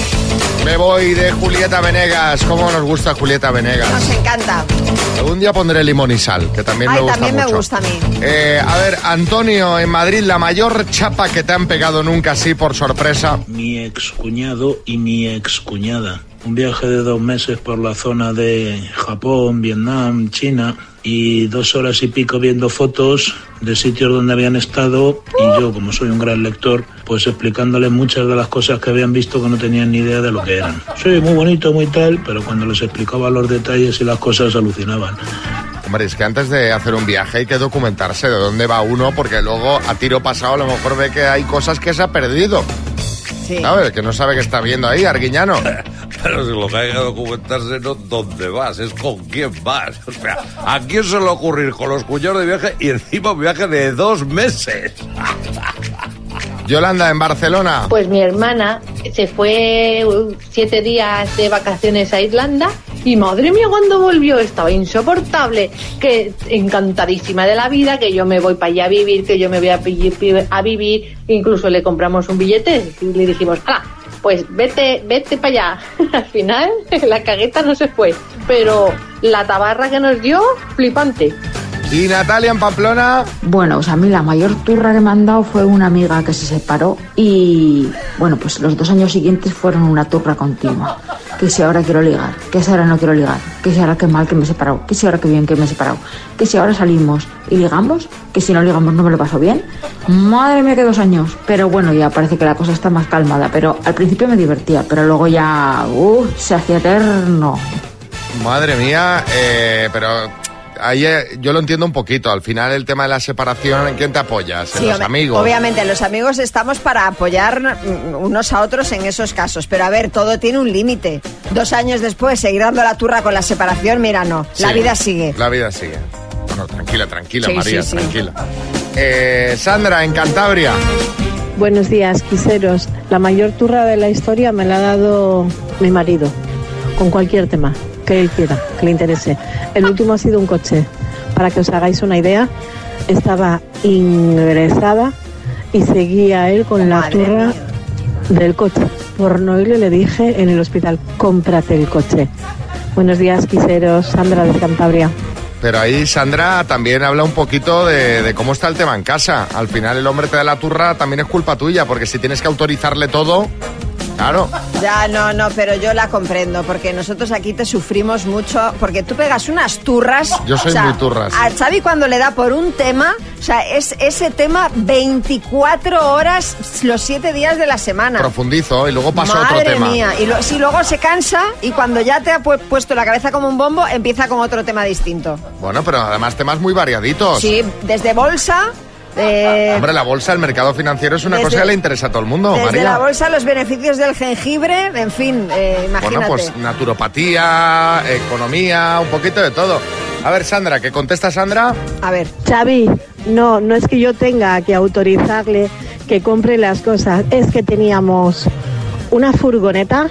Me voy de Julieta Venegas. ¿Cómo nos gusta Julieta Venegas? Nos encanta. Algún día pondré limón y sal, que también Ay, me gusta también mucho. me gusta a mí. Eh, a ver, Antonio, en Madrid, la mayor chapa que te han pegado nunca así por sorpresa. Mi excuñado y mi excuñada. Un viaje de dos meses por la zona de Japón, Vietnam, China, y dos horas y pico viendo fotos de sitios donde habían estado, y yo, como soy un gran lector, pues explicándoles muchas de las cosas que habían visto que no tenían ni idea de lo que eran. Sí, muy bonito, muy tal, pero cuando les explicaba los detalles y las cosas alucinaban. Hombre, es que antes de hacer un viaje hay que documentarse de dónde va uno, porque luego a tiro pasado a lo mejor ve que hay cosas que se ha perdido. Sí. ¿Sabes? Que no sabe qué está viendo ahí, Arguiñano. Pero si lo que hay que documentarse no es dónde vas, es con quién vas. O sea, ¿a quién se le va a ocurrir con los cuñados de viaje y encima un viaje de dos meses? Yolanda, en Barcelona. Pues mi hermana se fue siete días de vacaciones a Irlanda y madre mía cuando volvió estaba insoportable, que encantadísima de la vida, que yo me voy para allá a vivir, que yo me voy a, a vivir, incluso le compramos un billete y le dijimos, ¡hala! Pues vete, vete para allá. Al final la cagueta no se fue, pero la tabarra que nos dio, flipante. ¿Y Natalia en Pamplona? Bueno, pues a mí la mayor turra que me han dado fue una amiga que se separó y, bueno, pues los dos años siguientes fueron una turra continua. Que si ahora quiero ligar, que si ahora no quiero ligar, que si ahora qué mal que me he separado, que si ahora qué bien que me he separado, que si ahora salimos y ligamos, que si no ligamos no me lo paso bien. Madre mía, que dos años. Pero bueno, ya parece que la cosa está más calmada, pero al principio me divertía, pero luego ya, uh, se hacía eterno. Madre mía, eh, pero... Ahí eh, yo lo entiendo un poquito. Al final el tema de la separación, ¿en quién te apoyas? ¿En Sí, los ob- amigos? Obviamente, los amigos estamos para apoyar mm, unos a otros en esos casos. Pero a ver, todo tiene un límite. Dos años después, seguir dando la turra con la separación, mira, no. La Sí, vida sigue. La vida sigue. Bueno, tranquila, tranquila, Sí, María, sí, sí. tranquila. Eh, Sandra, en Cantabria. Buenos días, quiseros. La mayor turra de la historia me la ha dado mi marido, con cualquier tema que él quiera, que le interese. El último ha sido un coche. Para que os hagáis una idea, estaba ingresada y seguía él con la turra del coche. Por no irle le dije en el hospital, cómprate el coche. Buenos días, quiseros. Sandra de Cantabria. Pero ahí Sandra también habla un poquito de, de cómo está el tema en casa. Al final el hombre te da la turra, también es culpa tuya, porque si tienes que autorizarle todo, claro. Ya, no, no, pero yo la comprendo, porque nosotros aquí te sufrimos mucho, porque tú pegas unas turras. Yo soy o sea, muy turras. A Xavi cuando le da por un tema, o sea, es ese tema veinticuatro horas los siete días de la semana. Profundizo y luego paso a Madre otro tema. mía, y lo- si luego se cansa y cuando ya te ha pu- puesto la cabeza como un bombo, empieza con otro tema distinto. Bueno, pero además temas muy variaditos. Sí, desde bolsa... eh, Hombre, la bolsa, el mercado financiero es una Desde- cosa que le interesa a todo el mundo, desde María. la bolsa, los beneficios del jengibre, en fin, eh, imagínate. Bueno, pues naturopatía, economía, un poquito de todo. A ver, Sandra, ¿qué contesta Sandra? A ver. Xavi, no, no es que yo tenga que autorizarle que compre las cosas, es que teníamos una furgoneta,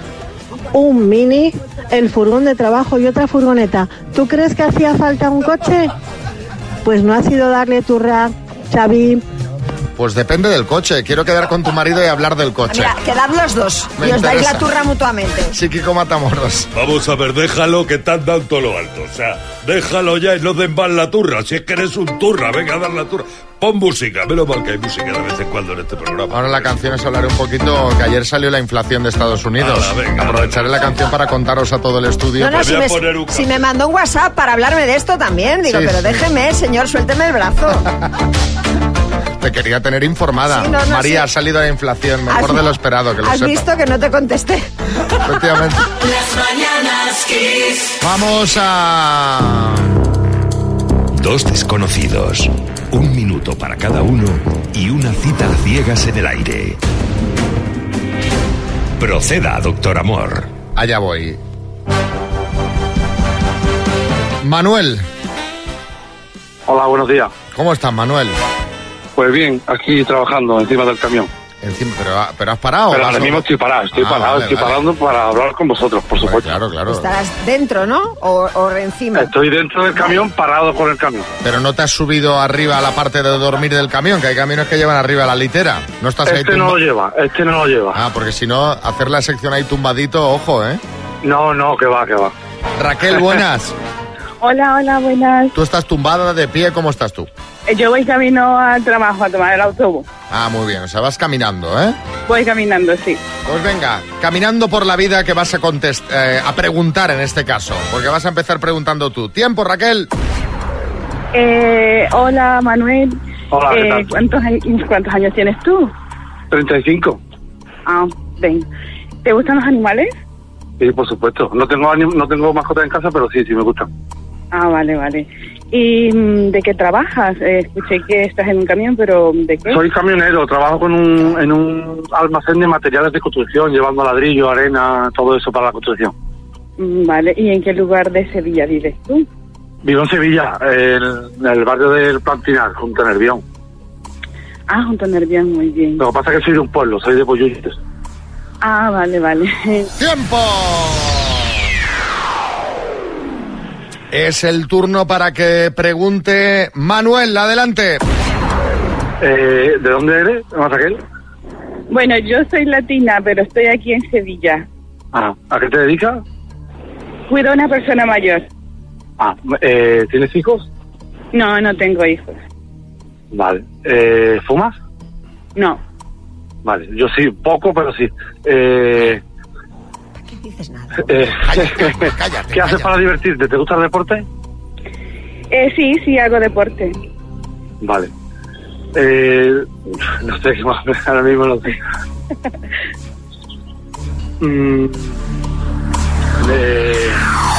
un mini, el furgón de trabajo y otra furgoneta. ¿Tú crees que hacía falta un coche? Pues no ha sido darle turra, Xavi. Pues depende del coche. Quiero quedar con tu marido y hablar del coche. Mira, quedad los dos Me y os dais interesa. la turra mutuamente. Psíquico Matamoros. Vamos a ver, déjalo que te han dado todo lo alto. O sea, déjalo ya y no den más la turra. Si es que eres un turra, venga a dar la turra. Pon música, menos mal que hay música de vez en cuando en este programa. Ahora la canción es hablar un poquito, que ayer salió la inflación de Estados Unidos. Ala, venga, Aprovecharé la canción para contaros a todo el estudio. No, no, si me, si me mandó un WhatsApp para hablarme de esto también, digo, Sí, pero sí. déjeme, señor, suélteme el brazo. Te quería tener informada. Sí, no, no, María, sí. ha salido la inflación, mejor Has- de lo esperado, que lo Has sepa. visto que no te contesté. Efectivamente. Las mañanas Kiss. Vamos a... Dos desconocidos, un minuto para cada uno y una cita a ciegas en el aire. Proceda, doctor Amor. Allá voy. Manuel. Hola, buenos días. ¿Cómo estás, Manuel? Pues bien, aquí trabajando encima del camión. Encima, pero, pero has parado. Pero ¿Vas ahora a- mismo estoy parado, estoy Ah, parado, vale, estoy vale. parando para hablar con vosotros, por supuesto. Claro, claro. Estarás dentro, ¿no? O, o encima. Estoy dentro del camión, parado con el camión. Pero no te has subido arriba a la parte de dormir del camión, que hay camiones que llevan arriba la litera. No estás ahí Este no tumba- lo lleva, este no lo lleva. Ah, porque si no, hacer la sección ahí tumbadito, ojo, ¿eh? No, no, que va, que va. Raquel, buenas. Hola, hola, buenas. ¿Tú estás tumbada de pie? ¿Cómo estás tú? Yo voy camino al trabajo a tomar el autobús. Ah, muy bien, o sea, vas caminando, ¿eh? Voy caminando, sí. Pues venga, caminando por la vida que vas a contest eh, a preguntar en este caso, porque vas a empezar preguntando tú. Tiempo, Raquel. Eh, hola, Manuel. Hola, ¿qué Eh, tal? ¿cuántos, años- ¿Cuántos años tienes tú? treinta y cinco. Ah, ven. ¿Te gustan los animales? Sí, por supuesto. No tengo anim- no tengo mascotas en casa, pero sí, sí me gustan. Ah, vale, vale. ¿Y mm, de qué trabajas? Eh, escuché que estás en un camión, pero ¿de qué? Soy camionero, trabajo con un, en un almacén de materiales de construcción, llevando ladrillo, arena, todo eso para la construcción. Mm, Vale. ¿Y en qué lugar de Sevilla vives tú? Vivo en Sevilla, el- en el barrio del Plantinar, junto a Nervión. Ah, junto a Nervión, muy bien. Lo que pasa es que soy de un pueblo, soy de Bollulles. Ah, vale, vale. ¡Tiempo! Es el turno para que pregunte Manuel, adelante. Eh, ¿De dónde eres, Raquel? Bueno, yo soy latina, pero estoy aquí en Sevilla. Ah, ¿a qué te dedicas? Cuido a una persona mayor. Ah, eh, ¿tienes hijos? No, no tengo hijos. Vale. Eh, ¿Fumas? No. Vale, yo sí, poco, pero sí. Eh, ¿Qué dices nada? eh, Cállate, cállate, ¿Qué haces cállate. para divertirte? ¿Te gusta el deporte? Eh, sí, sí, hago deporte. Vale. Eh, no sé qué más, ahora mismo no sé. Mm, eh,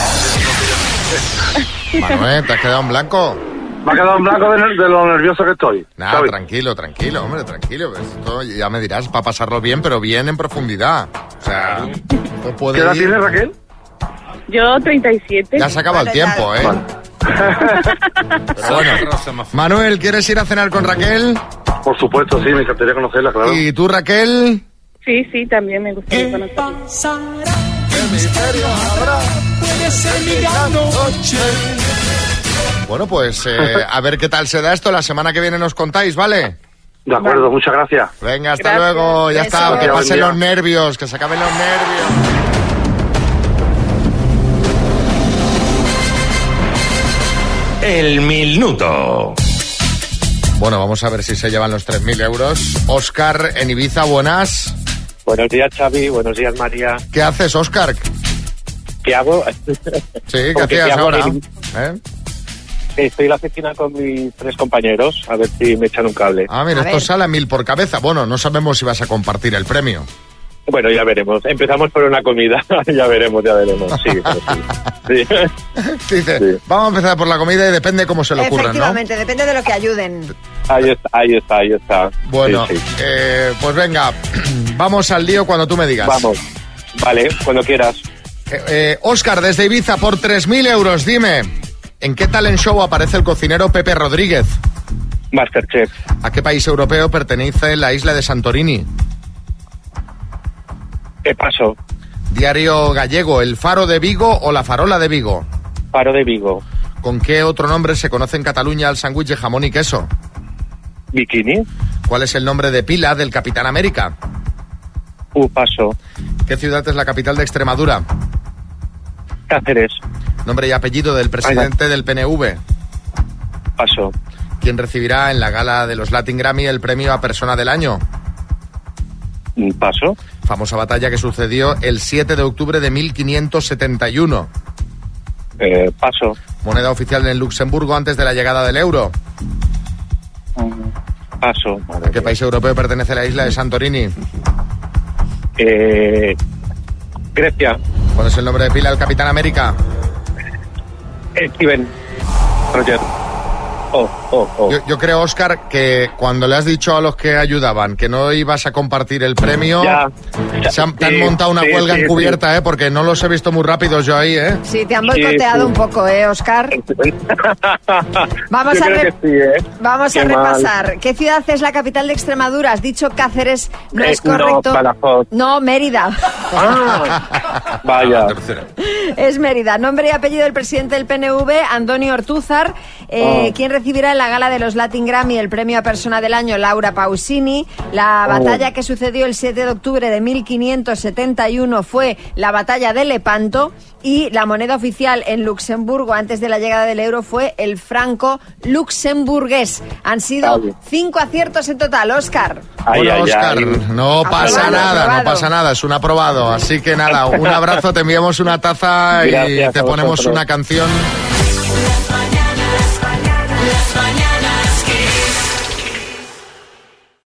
Manuel, ¿te has quedado en blanco? me ha quedado en blanco de, de lo nervioso que estoy. Nada, ¿sabes? tranquilo, tranquilo, hombre, tranquilo. Pues esto ya me dirás, para pasarlo bien, pero bien en profundidad. O sea, esto puede ¿Qué edad ir- tienes, Raquel? Yo treinta y siete. Ya se acaba el tiempo, ¿eh? Vale. Pero bueno, Manuel, ¿quieres ir a cenar con Raquel? Por supuesto, sí, me encantaría conocerla, claro. ¿Y tú, Raquel? Sí, sí, también me gustaría conocerla. Bueno, pues eh, a ver qué tal se da esto. La semana que viene nos contáis, ¿vale? De acuerdo, muchas gracias. Venga, hasta Gracias. luego. Ya está, Besos. que Buen pasen día. los nervios, que se acaben los nervios. El minuto. Bueno, vamos a ver si se llevan los tres mil euros. Óscar, en Ibiza, buenas. Buenos días, Xavi. Buenos días, María. ¿Qué haces, Óscar? ¿Qué hago? Sí, ¿qué Porque, hacías ¿qué hago? ahora? En- ¿Eh? Estoy en la oficina con mis tres compañeros, a ver si me echan un cable. Ah, mira, A esto ver. sale a mil por cabeza. Bueno, no sabemos si vas a compartir el premio. Bueno, ya veremos. Empezamos por una comida. Ya veremos, ya veremos. Sí, pero sí. Sí. Dice, Sí. vamos a empezar por la comida y depende cómo se le ocurra, ¿no? Efectivamente, depende de lo que ayuden. Ahí está, ahí está, ahí está. Bueno, Sí, sí. eh, pues venga, vamos al lío cuando tú me digas. Vamos. Vale, cuando quieras. Eh, eh, Óscar, desde Ibiza, por tres mil euros, dime, ¿en qué talent show aparece el cocinero Pepe Rodríguez? Masterchef. ¿A qué país europeo pertenece la isla de Santorini? ¿Qué pasó? Diario gallego, ¿El Faro de Vigo o La Farola de Vigo? Faro de Vigo. ¿Con qué otro nombre se conoce en Cataluña el sándwich de jamón y queso? Bikini. ¿Cuál es el nombre de pila del Capitán América? Uh, paso. ¿Qué ciudad es la capital de Extremadura? Cáceres. Nombre y apellido del presidente del P N V. Paso. ¿Quién recibirá en la gala de los Latin Grammy el premio a Persona del Año? Mm, Paso. Famosa batalla que sucedió el siete de octubre de mil quinientos setenta y uno. Eh, paso. Moneda oficial en Luxemburgo antes de la llegada del euro. Paso. ¿A qué país europeo pertenece la isla de Santorini? Eh, Grecia. ¿Cuál es el nombre de pila del Capitán América? Steven. Roger. Oh, oh, oh. Yo, yo creo, Óscar, que cuando le has dicho a los que ayudaban que no ibas a compartir el premio, Ya. se han, te han Sí, montado una sí, huelga sí, encubierta, ¿eh? Porque no los he visto muy rápidos yo ahí, ¿eh? Sí, te han boicoteado sí. un poco, ¿eh, Óscar? Vamos Yo a creo ver. que sí, ¿eh? Vamos Qué a mal. repasar. ¿Qué ciudad es la capital de Extremadura? Has dicho Cáceres, no Eh, es correcto. No, Badajoz. No, Mérida. Ah, vaya. Es Mérida. Nombre y apellido del presidente del P N V, Antonio Ortúzar. Eh, Oh. ¿Quién recibirá en la gala de los Latin Grammy el premio a persona del año? Laura Pausini. La Oh. batalla que sucedió el siete de octubre de mil quinientos setenta y uno fue la batalla de Lepanto. Y la moneda oficial en Luxemburgo antes de la llegada del euro fue el franco luxemburgués. Han sido Vale. cinco aciertos en total, Óscar. Ay, Bueno, ay, Óscar, ay. no pasa Aprobado, nada, aprobado. no pasa nada, es un aprobado. Así que nada, un abrazo, te enviamos una taza y Gracias te a ponemos vosotros. una canción. Las mañanas